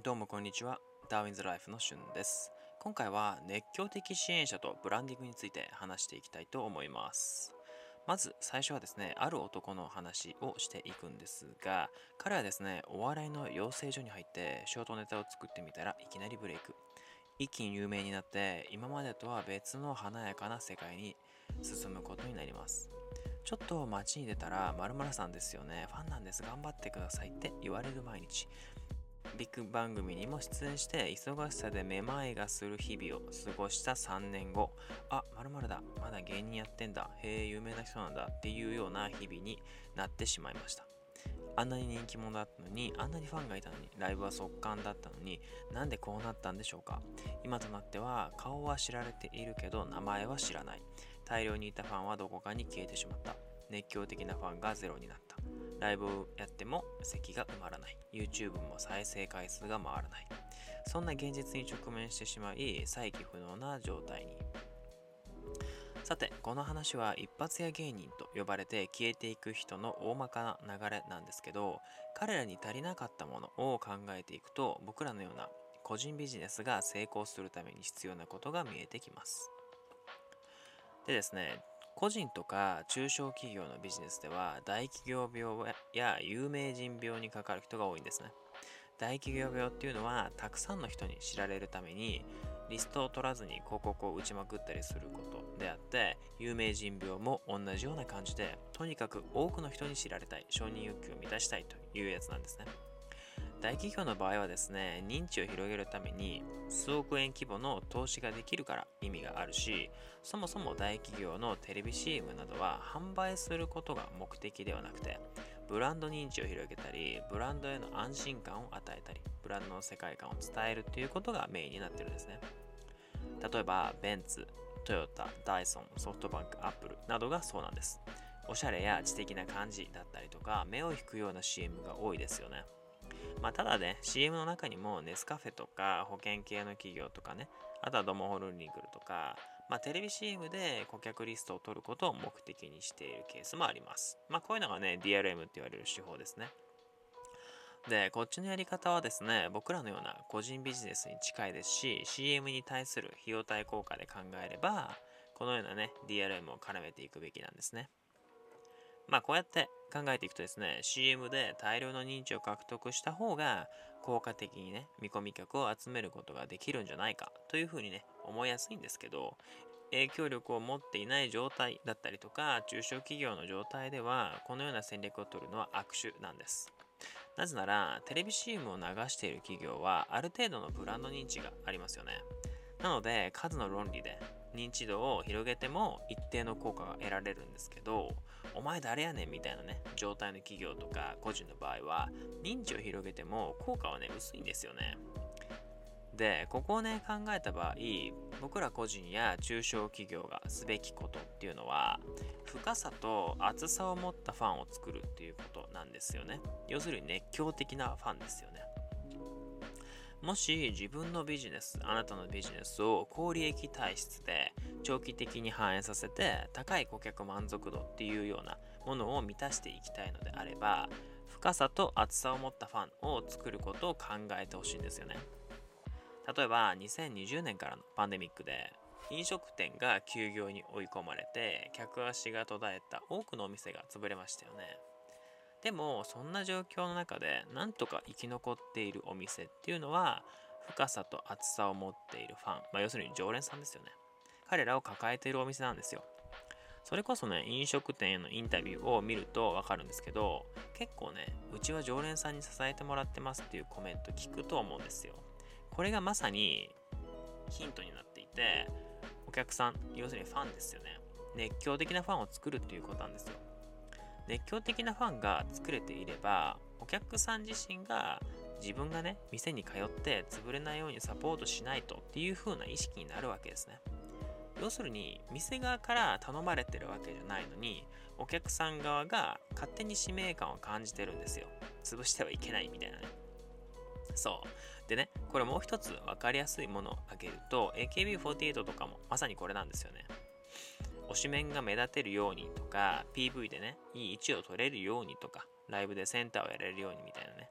どうもこんにちは。ダーウィンズライフのしゅんです。今回は熱狂的支援者とブランディングについて話していきたいと思います。まず最初はですね、ある男の話をしていくんですが、彼はですね、お笑いの養成所に入ってショートネタを作ってみたらいきなりブレイク。一気に有名になって今までとは別の華やかな世界に進むことになります。ちょっと街に出たら〇〇さんですよね、ファンなんです、頑張ってくださいって言われる毎日。ビッグ番組にも出演して忙しさでめまいがする日々を過ごした3年後、あ、〇〇だ、まだ芸人やってんだ、へえ、有名な人なんだっていうような日々になってしまいました。あんなに人気者だったのに、あんなにファンがいたのに、ライブは速乾だったのに、なんでこうなったんでしょうか。今となっては顔は知られているけど名前は知らない。大量にいたファンはどこかに消えてしまった。熱狂的なファンがゼロになった。ライブをやっても席が埋まらない。YouTube も再生回数が回らない。そんな現実に直面してしまい、再起不能な状態に。さて、この話は一発屋芸人と呼ばれて消えていく人の大まかな流れなんですけど、彼らに足りなかったものを考えていくと、僕らのような個人ビジネスが成功するために必要なことが見えてきます。でですね、個人とか中小企業のビジネスでは大企業病や有名人病にかかる人が多いんですね。大企業病っていうのはたくさんの人に知られるためにリストを取らずに広告を打ちまくったりすることであって、有名人病も同じような感じで、とにかく多くの人に知られたい、承認欲求を満たしたいというやつなんですね。大企業の場合はですね、認知を広げるために数億円規模の投資ができるから意味があるし、そもそも大企業のテレビ CM などは販売することが目的ではなくて、ブランド認知を広げたり、ブランドへの安心感を与えたり、ブランドの世界観を伝えるということがメインになってるんですね。例えば、ベンツ、トヨタ、ダイソン、ソフトバンク、アップルなどがそうなんです。おしゃれや知的な感じだったりとか、目を引くような CM が多いですよね。ただね、CM の中にもネスカフェとか保険系の企業とかね、あとはドモホルニクルとか、テレビ CM で顧客リストを取ることを目的にしているケースもあります。こういうのがね、DRM って言われる手法ですね。で、こっちのやり方はですね、僕らのような個人ビジネスに近いですし、CM に対する費用対効果で考えれば、このようなね、DRM を絡めていくべきなんですね。こうやって考えていくとですね、CM で大量の認知を獲得した方が効果的にね、見込み客を集めることができるんじゃないかというふうにね、思いやすいんですけど、影響力を持っていない状態だったりとか、中小企業の状態では、このような戦略を取るのは悪手なんです。なぜなら、テレビ CM を流している企業は、ある程度のブランド認知がありますよね。なので、数の論理で認知度を広げても一定の効果が得られるんですけど、お前誰やねんみたいなね、状態の企業とか個人の場合は、認知を広げても効果はね、薄いんですよね。で、ここをね、考えた場合、僕ら個人や中小企業がすべきことっていうのは、深さと厚さを持ったファンを作るっていうことなんですよね。要するに熱狂的なファンですよね。もし自分のビジネス、あなたのビジネスを高利益体質で長期的に反映させて高い顧客満足度っていうようなものを満たしていきたいのであれば、深さと厚さを持ったファンを作ることを考えてほしいんですよね。例えば2020年からのパンデミックで飲食店が休業に追い込まれて客足が途絶えた多くのお店が潰れましたよね。でもそんな状況の中でなんとか生き残っているお店っていうのは深さと厚さを持っているファン、要するに常連さんですよね。彼らを抱えているお店なんですよ。それこそね、飲食店へのインタビューを見るとわかるんですけど、結構ね、うちは常連さんに支えてもらってますっていうコメント聞くと思うんですよ。これがまさにヒントになっていて、お客さん、要するにファンですよね。熱狂的なファンを作るっていうことなんですよ。熱狂的なファンが作れていれば、お客さん自身が自分がね、店に通って潰れないようにサポートしないとっていう風な意識になるわけですね。要するに、店側から頼まれてるわけじゃないのに、お客さん側が勝手に使命感を感じてるんですよ。潰してはいけないみたいなね。そう。でね、これもう一つ分かりやすいものを挙げると、AKB48 とかもまさにこれなんですよね。推しメンが目立てるようにとか、PV でね、いい位置を取れるようにとか、ライブでセンターをやれるようにみたいなね。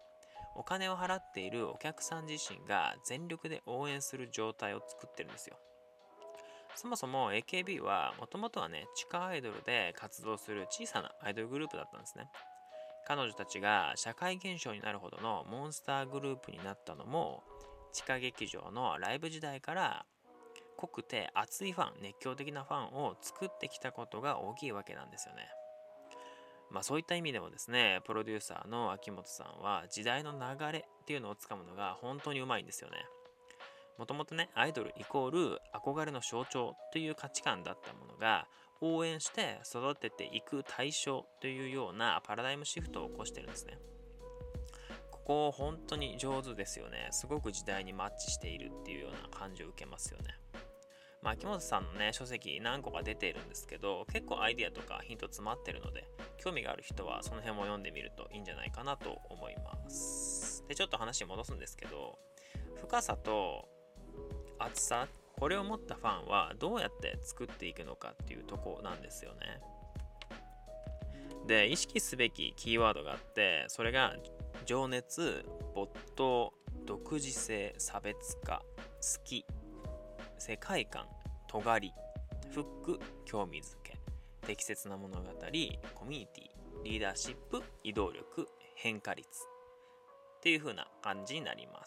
お金を払っているお客さん自身が全力で応援する状態を作ってるんですよ。そもそも AKB はもともとはね、地下アイドルで活動する小さなアイドルグループだったんですね。彼女たちが社会現象になるほどのモンスターグループになったのも、地下劇場のライブ時代から濃くて熱いファン、熱狂的なファンを作ってきたことが大きいわけなんですよね。そういった意味でもですね、プロデューサーの秋元さんは時代の流れっていうのをつかむのが本当にうまいんですよね。もともとね、アイドルイコール憧れの象徴という価値観だったものが、応援して育てていく対象というようなパラダイムシフトを起こしてるんですね。ここ本当に上手ですよね。すごく時代にマッチしているっていうような感じを受けますよね。秋元さんのね、書籍何個か出ているんですけど、結構アイデアとかヒント詰まってるので、興味がある人はその辺も読んでみるといいんじゃないかなと思います。で、ちょっと話戻すんですけど、深さと厚さ、これを持ったファンはどうやって作っていくのかっていうとこなんですよね。で、意識すべきキーワードがあって、それが情熱、没頭、独自性、差別化、好き、世界観、尖り、フック、興味づけ、適切な物語、コミュニティ、リーダーシップ、移動力、変化率っていう風な感じになります。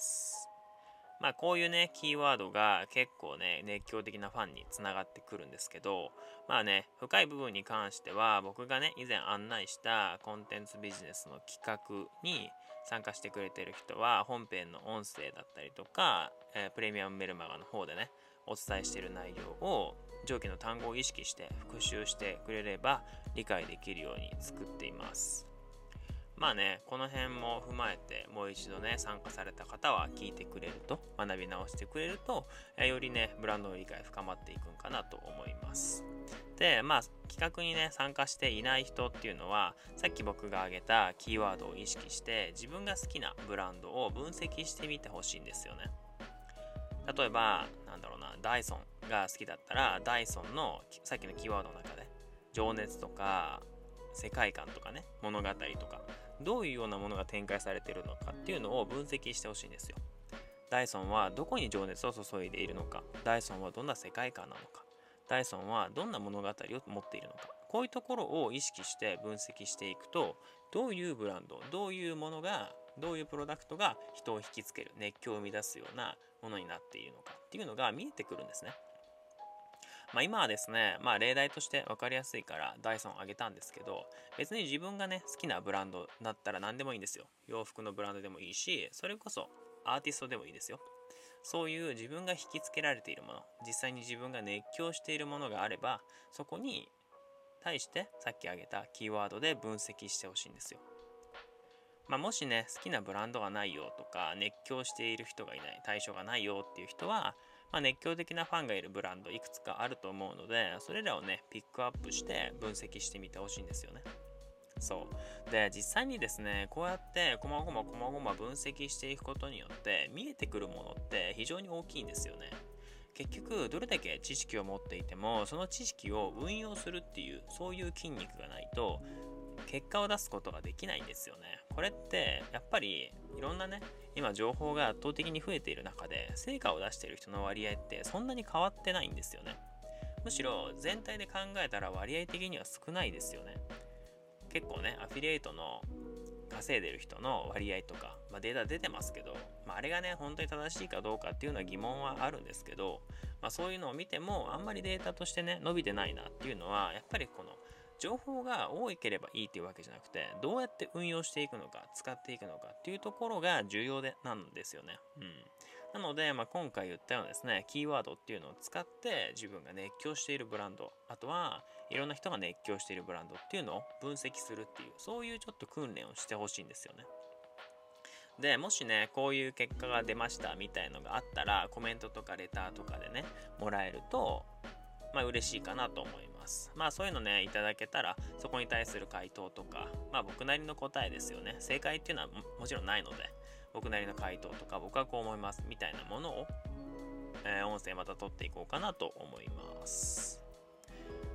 こういうね、キーワードが結構ね、熱狂的なファンにつながってくるんですけど、深い部分に関しては、僕がね、以前案内したコンテンツビジネスの企画に参加してくれている人は、本編の音声だったりとか、プレミアムメルマガの方でね、お伝えしている内容を上記の単語を意識して復習してくれれば理解できるように作っています。この辺も踏まえてもう一度ね、参加された方は聞いてくれると、学び直してくれると、よりね、ブランドの理解深まっていくんかなと思います。で、企画にね、参加していない人っていうのは、さっき僕が挙げたキーワードを意識して、自分が好きなブランドを分析してみてほしいんですよね。例えば、ダイソンが好きだったら、ダイソンのさっきのキーワードの中で、情熱とか、世界観とかね、物語とか、どういうようなものが展開されているのかっていうのを分析してほしいんですよ。ダイソンはどこに情熱を注いでいるのか、ダイソンはどんな世界観なのか、ダイソンはどんな物語を持っているのか、こういうところを意識して分析していくと、どういうブランド、どういうものが、どういうプロダクトが人を引きつける、熱狂を生み出すようなものになっているのかっていうのが見えてくるんですね。今はですね、例題として分かりやすいからダイソンを挙げたんですけど、別に自分がね、好きなブランドだったら何でもいいんですよ。洋服のブランドでもいいし、それこそアーティストでもいいですよ。そういう自分が引きつけられているもの、実際に自分が熱狂しているものがあれば、そこに対してさっき挙げたキーワードで分析してほしいんですよ。もしね、好きなブランドがないよとか、熱狂している人がいない、対象がないよっていう人は、熱狂的なファンがいるブランドいくつかあると思うので、それらをね、ピックアップして分析してみてほしいんですよね。そう。で、実際にですね、こうやって細々分析していくことによって見えてくるものって非常に大きいんですよね。結局、どれだけ知識を持っていても、その知識を運用するっていう、そういう筋肉がないと、結果を出すことができないんですよね。これってやっぱりいろんなね、今情報が圧倒的に増えている中で成果を出している人の割合ってそんなに変わってないんですよね。むしろ全体で考えたら割合的には少ないですよね。結構ね、アフィリエイトの稼いでる人の割合とか、データ出てますけど、あれがね本当に正しいかどうかっていうのは疑問はあるんですけど、そういうのを見てもあんまりデータとしてね伸びてないなっていうのは、やっぱりこの情報が多ければいいっていうわけじゃなくて、どうやって運用していくのか、使っていくのかっていうところが重要なんですよね。なので、今回言ったようなですね、キーワードっていうのを使って自分が熱狂しているブランド、あとはいろんな人が熱狂しているブランドっていうのを分析するっていう、そういうちょっと訓練をしてほしいんですよね。で、もしね、こういう結果が出ましたみたいのがあったら、コメントとかレターとかでね、もらえると、嬉しいかなと思います。そういうのね、いただけたら、そこに対する回答とか、僕なりの答えですよね。正解っていうのは もちろんないので、僕なりの回答とか、僕はこう思いますみたいなものを、音声また取っていこうかなと思います。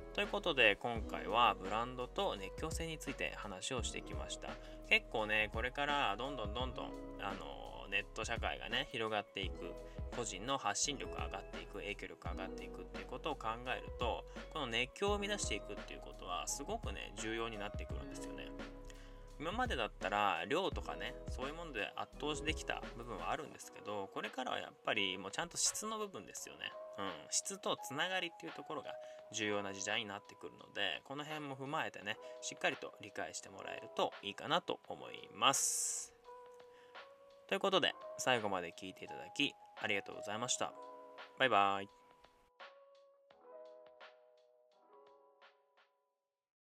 ということで今回はブランドと熱狂性について話をしてきました。結構ねこれからどんどんネット社会がね広がっていく、個人の発信力が上がっていく、影響力が上がっていくっていうことを考えると、この熱狂を生み出していくっていうことはすごくね重要になってくるんですよね。今までだったら量とかねそういうもので圧倒できた部分はあるんですけど、これからはやっぱりもうちゃんと質の部分ですよね。質とつながりっていうところが重要な時代になってくるので、この辺も踏まえてねしっかりと理解してもらえるといいかなと思います。ということで最後まで聞いていただきありがとうございました。バイバイ。